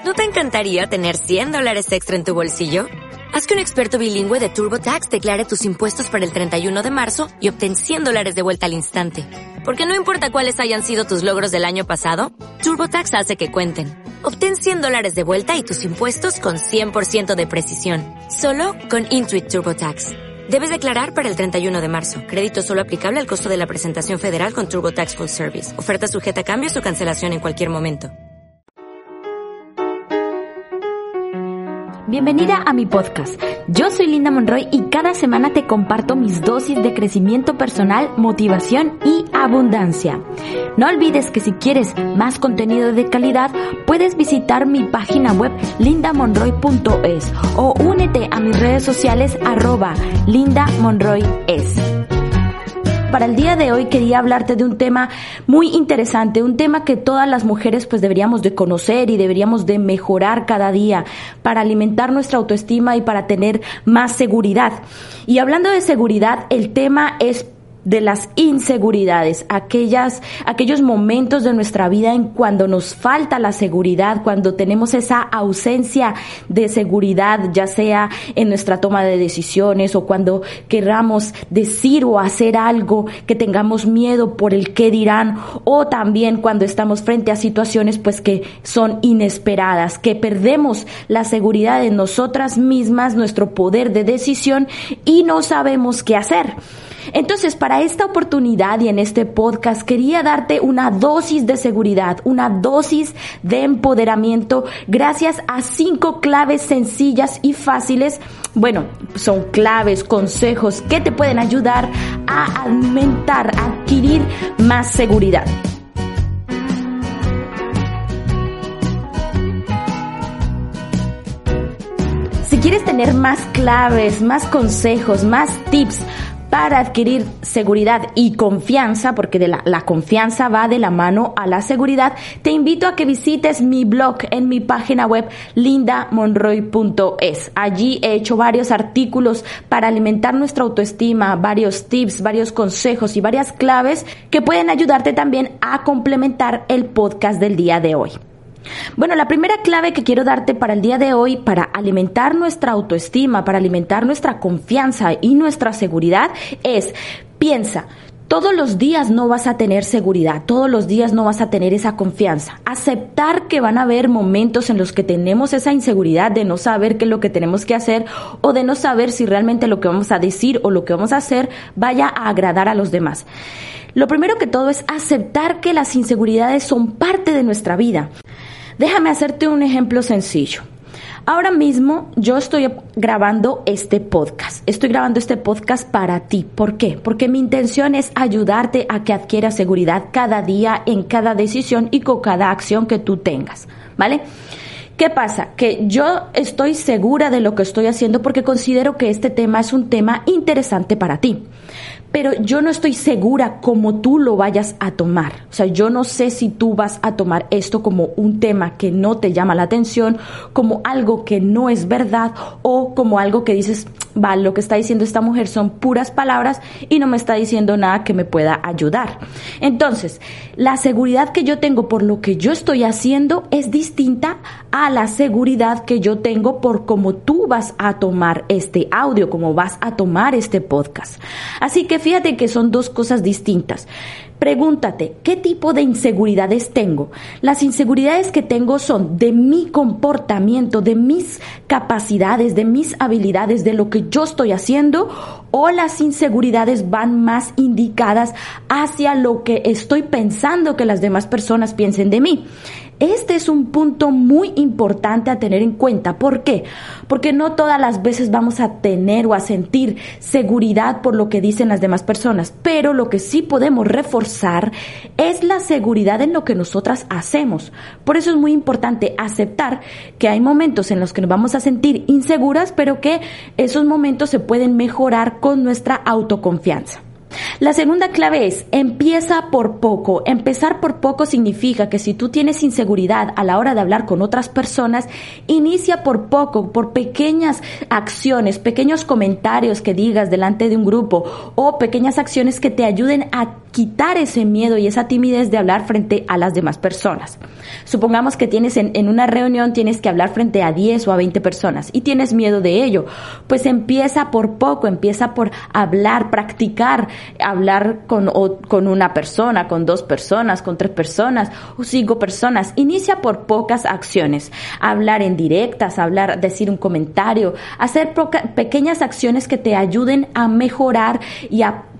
¿No te encantaría tener $100 extra en tu bolsillo? Haz que un experto bilingüe de TurboTax declare tus impuestos para el 31 de marzo y obtén $100 de vuelta al instante. Porque no importa cuáles hayan sido tus logros del año pasado, TurboTax hace que cuenten. Obtén $100 de vuelta y tus impuestos con 100% de precisión. Solo con Intuit TurboTax. Debes declarar para el 31 de marzo. Crédito solo aplicable al costo de la presentación federal con TurboTax Full Service. Oferta sujeta a cambios o cancelación en cualquier momento. Bienvenida a mi podcast. Yo soy Linda Monroy y cada semana te comparto mis dosis de crecimiento personal, motivación y abundancia. No olvides que si quieres más contenido de calidad, puedes visitar mi página web lindamonroy.es o únete a mis redes sociales @lindamonroyes. Para el día de hoy quería hablarte de un tema muy interesante, un tema que todas las mujeres pues deberíamos de conocer y deberíamos de mejorar cada día para alimentar nuestra autoestima y para tener más seguridad. Y hablando de seguridad, el tema es de las inseguridades, aquellos momentos de nuestra vida en cuando nos falta la seguridad, cuando tenemos esa ausencia de seguridad, ya sea en nuestra toma de decisiones o cuando queramos decir o hacer algo que tengamos miedo por el qué dirán, o también cuando estamos frente a situaciones pues que son inesperadas, que perdemos la seguridad en nosotras mismas, nuestro poder de decisión y no sabemos qué hacer. Entonces, para esta oportunidad y en este podcast quería darte una dosis de seguridad, una dosis de empoderamiento gracias a 5 claves sencillas y fáciles. Bueno, son claves, consejos que te pueden ayudar a aumentar, a adquirir más seguridad. Si quieres tener más claves, más consejos, más tips para adquirir seguridad y confianza, porque la confianza va de la mano a la seguridad, te invito a que visites mi blog en mi página web lindamonroy.es. Allí he hecho varios artículos para alimentar nuestra autoestima, varios tips, varios consejos y varias claves que pueden ayudarte también a complementar el podcast del día de hoy. Bueno, la primera clave que quiero darte para el día de hoy, para alimentar nuestra autoestima, para alimentar nuestra confianza y nuestra seguridad es: piensa, todos los días no vas a tener seguridad, todos los días no vas a tener esa confianza. Aceptar que van a haber momentos en los que tenemos esa inseguridad de no saber qué es lo que tenemos que hacer o de no saber si realmente lo que vamos a decir o lo que vamos a hacer vaya a agradar a los demás. Lo primero que todo es aceptar que las inseguridades son parte de nuestra vida. Déjame hacerte un ejemplo sencillo. Ahora mismo yo estoy grabando este podcast. Estoy grabando este podcast para ti. ¿Por qué? Porque mi intención es ayudarte a que adquieras seguridad cada día, en cada decisión y con cada acción que tú tengas, ¿vale? ¿Qué pasa? Que yo estoy segura de lo que estoy haciendo porque considero que este tema es un tema interesante para ti. Pero yo no estoy segura cómo tú lo vayas a tomar. O sea, yo no sé si tú vas a tomar esto como un tema que no te llama la atención, como algo que no es verdad o como algo que dices, vale, lo que está diciendo esta mujer son puras palabras y no me está diciendo nada que me pueda ayudar. Entonces, la seguridad que yo tengo por lo que yo estoy haciendo es distinta a la seguridad que yo tengo por cómo tú vas a tomar este audio, cómo vas a tomar este podcast. Así que fíjate que son dos cosas distintas. Pregúntate, ¿qué tipo de inseguridades tengo? Las inseguridades que tengo son de mi comportamiento, de mis capacidades, de mis habilidades, de lo que yo estoy haciendo, o las inseguridades van más indicadas hacia lo que estoy pensando que las demás personas piensen de mí. Este es un punto muy importante a tener en cuenta. ¿Por qué? Porque no todas las veces vamos a tener o a sentir seguridad por lo que dicen las demás personas, pero lo que sí podemos reforzar es la seguridad en lo que nosotras hacemos. Por eso es muy importante aceptar que hay momentos en los que nos vamos a sentir inseguras, pero que esos momentos se pueden mejorar con nuestra autoconfianza. La segunda clave es, empieza por poco. Empezar por poco significa que si tú tienes inseguridad a la hora de hablar con otras personas, inicia por poco, por pequeñas acciones, pequeños comentarios que digas delante de un grupo o pequeñas acciones que te ayuden a quitar ese miedo y esa timidez de hablar frente a las demás personas. Supongamos que tienes en una reunión tienes que hablar frente a 10 o a 20 personas y tienes miedo de ello. Pues empieza por poco, empieza por hablar, practicar, hablar con una persona, con 2 personas, con 3 personas o 5 personas. Inicia por pocas acciones. Hablar en directas, decir un comentario, hacer pequeñas acciones que te ayuden a mejorar y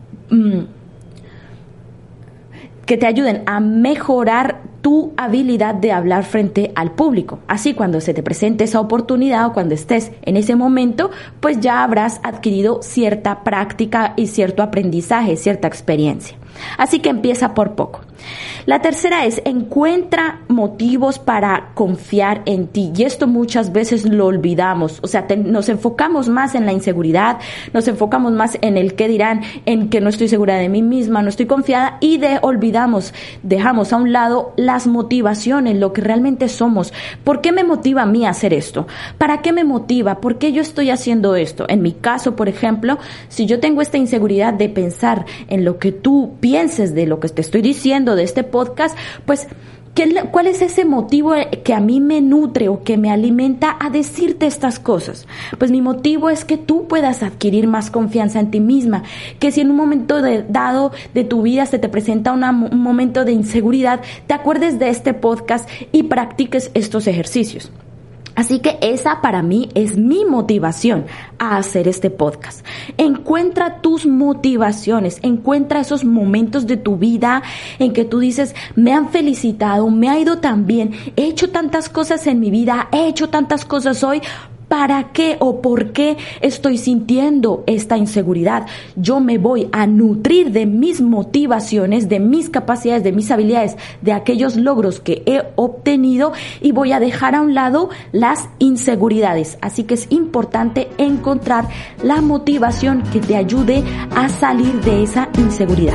que te ayuden a mejorar tu habilidad de hablar frente al público. Así, cuando se te presente esa oportunidad o cuando estés en ese momento, pues ya habrás adquirido cierta práctica y cierto aprendizaje, cierta experiencia. Así que empieza por poco. La tercera es, encuentra motivos para confiar en ti. Y esto muchas veces lo olvidamos. O sea, nos enfocamos más en la inseguridad, nos enfocamos más en el qué dirán, en que no estoy segura de mí misma, no estoy confiada y dejamos a un lado las motivaciones, lo que realmente somos. ¿Por qué me motiva a mí a hacer esto? ¿Para qué me motiva? ¿Por qué yo estoy haciendo esto? En mi caso, por ejemplo, si yo tengo esta inseguridad de pensar en lo que tú pienses de lo que te estoy diciendo de este podcast, pues ¿cuál es ese motivo que a mí me nutre o que me alimenta a decirte estas cosas? Pues mi motivo es que tú puedas adquirir más confianza en ti misma, que si en un momento dado de tu vida se te presenta un momento de inseguridad, te acuerdes de este podcast y practiques estos ejercicios. Así que esa para mí es mi motivación a hacer este podcast. Encuentra tus motivaciones, encuentra esos momentos de tu vida en que tú dices, me han felicitado, me ha ido tan bien, he hecho tantas cosas en mi vida, he hecho tantas cosas hoy. ¿Para qué o por qué estoy sintiendo esta inseguridad? Yo me voy a nutrir de mis motivaciones, de mis capacidades, de mis habilidades, de aquellos logros que he obtenido y voy a dejar a un lado las inseguridades. Así que es importante encontrar la motivación que te ayude a salir de esa inseguridad.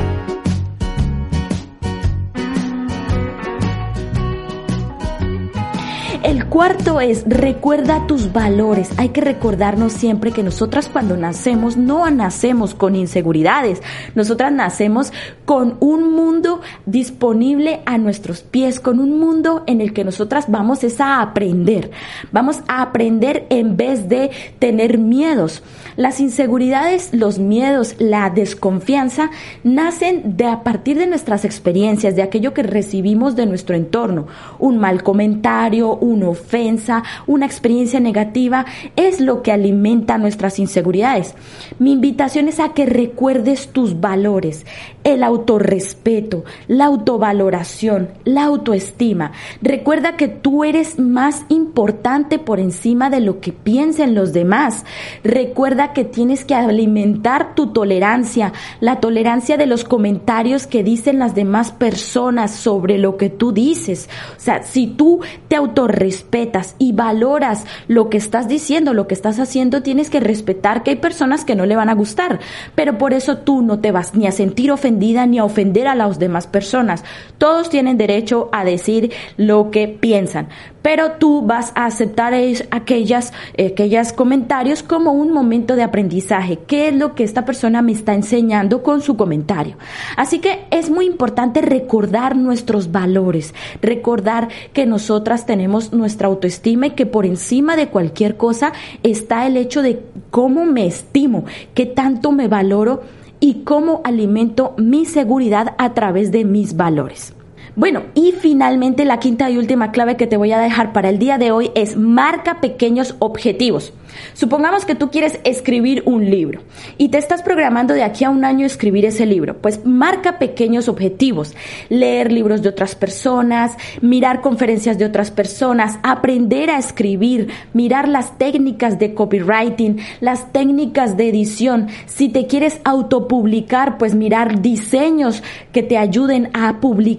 El cuarto es, recuerda tus valores. Hay que recordarnos siempre que nosotras cuando nacemos no nacemos con inseguridades. Nosotras nacemos con un mundo disponible a nuestros pies, con un mundo en el que nosotras vamos a aprender. Vamos a aprender en vez de tener miedos. Las inseguridades, los miedos, la desconfianza nacen a partir de nuestras experiencias, de aquello que recibimos de nuestro entorno. Un mal comentario, una ofensa, una experiencia negativa es lo que alimenta nuestras inseguridades. Mi invitación es a que recuerdes tus valores, el autorrespeto, la autovaloración, la autoestima. Recuerda que tú eres más importante por encima de lo que piensen los demás. Recuerda que tienes que alimentar tu tolerancia, la tolerancia de los comentarios que dicen las demás personas sobre lo que tú dices. O sea, si tú te autorrespetas y valoras lo que estás diciendo, lo que estás haciendo, tienes que respetar que hay personas que no le van a gustar, pero por eso tú no te vas ni a sentir ofendida ni a ofender a las demás personas. Todos tienen derecho a decir lo que piensan, pero tú vas a aceptar aquellos comentarios como un momento de aprendizaje. ¿Qué es lo que esta persona me está enseñando con su comentario? Así que es muy importante recordar nuestros valores, recordar que nosotras tenemos nuestra autoestima y que por encima de cualquier cosa está el hecho de cómo me estimo, qué tanto me valoro y cómo alimento mi seguridad a través de mis valores. Bueno, y finalmente la quinta y última clave que te voy a dejar para el día de hoy es marca pequeños objetivos. Supongamos que tú quieres escribir un libro y te estás programando de aquí a un año escribir ese libro. Pues marca pequeños objetivos, leer libros de otras personas, mirar conferencias de otras personas, aprender a escribir, mirar las técnicas de copywriting, las técnicas de edición. Si te quieres autopublicar, pues mirar diseños que te ayuden a publicar tu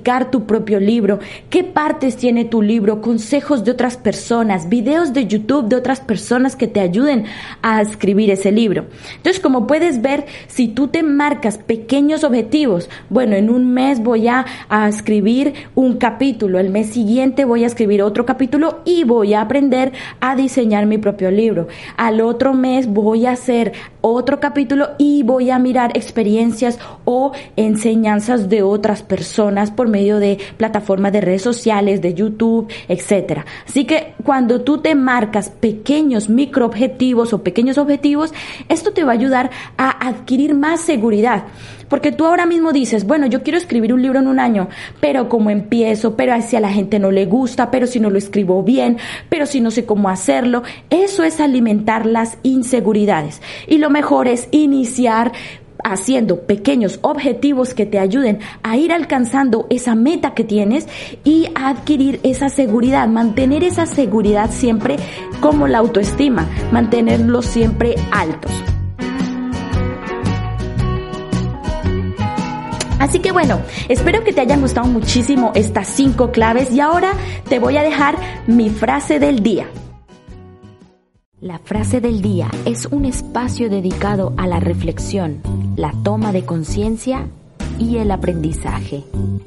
propio libro, qué partes tiene tu libro, consejos de otras personas, videos de YouTube de otras personas que te ayuden a escribir ese libro. Entonces, como puedes ver, si tú te marcas pequeños objetivos, bueno, en un mes voy a escribir un capítulo, el mes siguiente voy a escribir otro capítulo y voy a aprender a diseñar mi propio libro. Al otro mes voy a hacer otro capítulo y voy a mirar experiencias o enseñanzas de otras personas por medio de plataformas de redes sociales, de YouTube, etcétera. Así que cuando tú te marcas pequeños microobjetivos o pequeños objetivos, esto te va a ayudar a adquirir más seguridad. Porque tú ahora mismo dices, bueno, yo quiero escribir un libro en un año, pero ¿cómo empiezo? Pero si a la gente no le gusta, pero si no lo escribo bien, pero si no sé cómo hacerlo. Eso es alimentar las inseguridades. Y lo mejor es iniciar haciendo pequeños objetivos que te ayuden a ir alcanzando esa meta que tienes y a adquirir esa seguridad, mantener esa seguridad siempre como la autoestima, mantenerlos siempre altos. Así que bueno, espero que te hayan gustado muchísimo estas 5 claves y ahora te voy a dejar mi frase del día. La frase del día es un espacio dedicado a la reflexión, la toma de conciencia y el aprendizaje.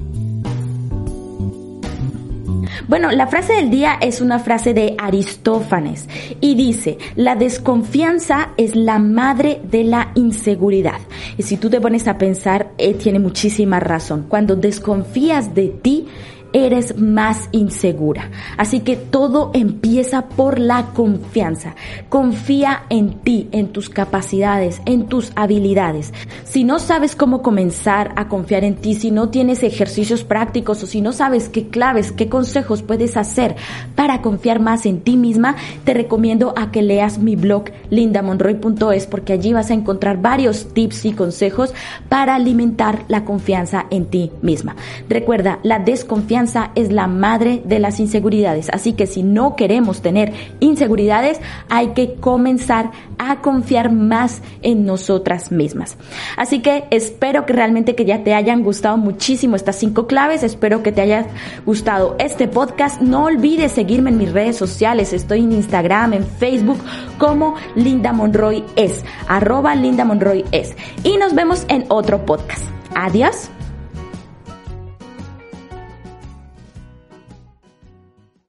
Bueno, la frase del día es una frase de Aristófanes y dice: la desconfianza es la madre de la inseguridad. Y si tú te pones a pensar, tiene muchísima razón. Cuando desconfías de ti, eres más insegura. Así que todo empieza por la confianza. Confía en ti, en tus capacidades, en tus habilidades. Si no sabes cómo comenzar a confiar en ti, si no tienes ejercicios prácticos o si no sabes qué claves, qué consejos puedes hacer para confiar más en ti misma, te recomiendo a que leas mi blog lindamonroy.es, porque allí vas a encontrar varios tips y consejos para alimentar la confianza en ti misma. Recuerda, la desconfianza es la madre de las inseguridades, así que si no queremos tener inseguridades, hay que comenzar a confiar más en nosotras mismas. Así que espero que realmente que ya te hayan gustado muchísimo estas 5 claves, espero que te haya gustado este podcast. No olvides seguirme en mis redes sociales, estoy en Instagram, en Facebook como Linda Monroy es, @Linda Monroy es, y nos vemos en otro podcast. Adiós.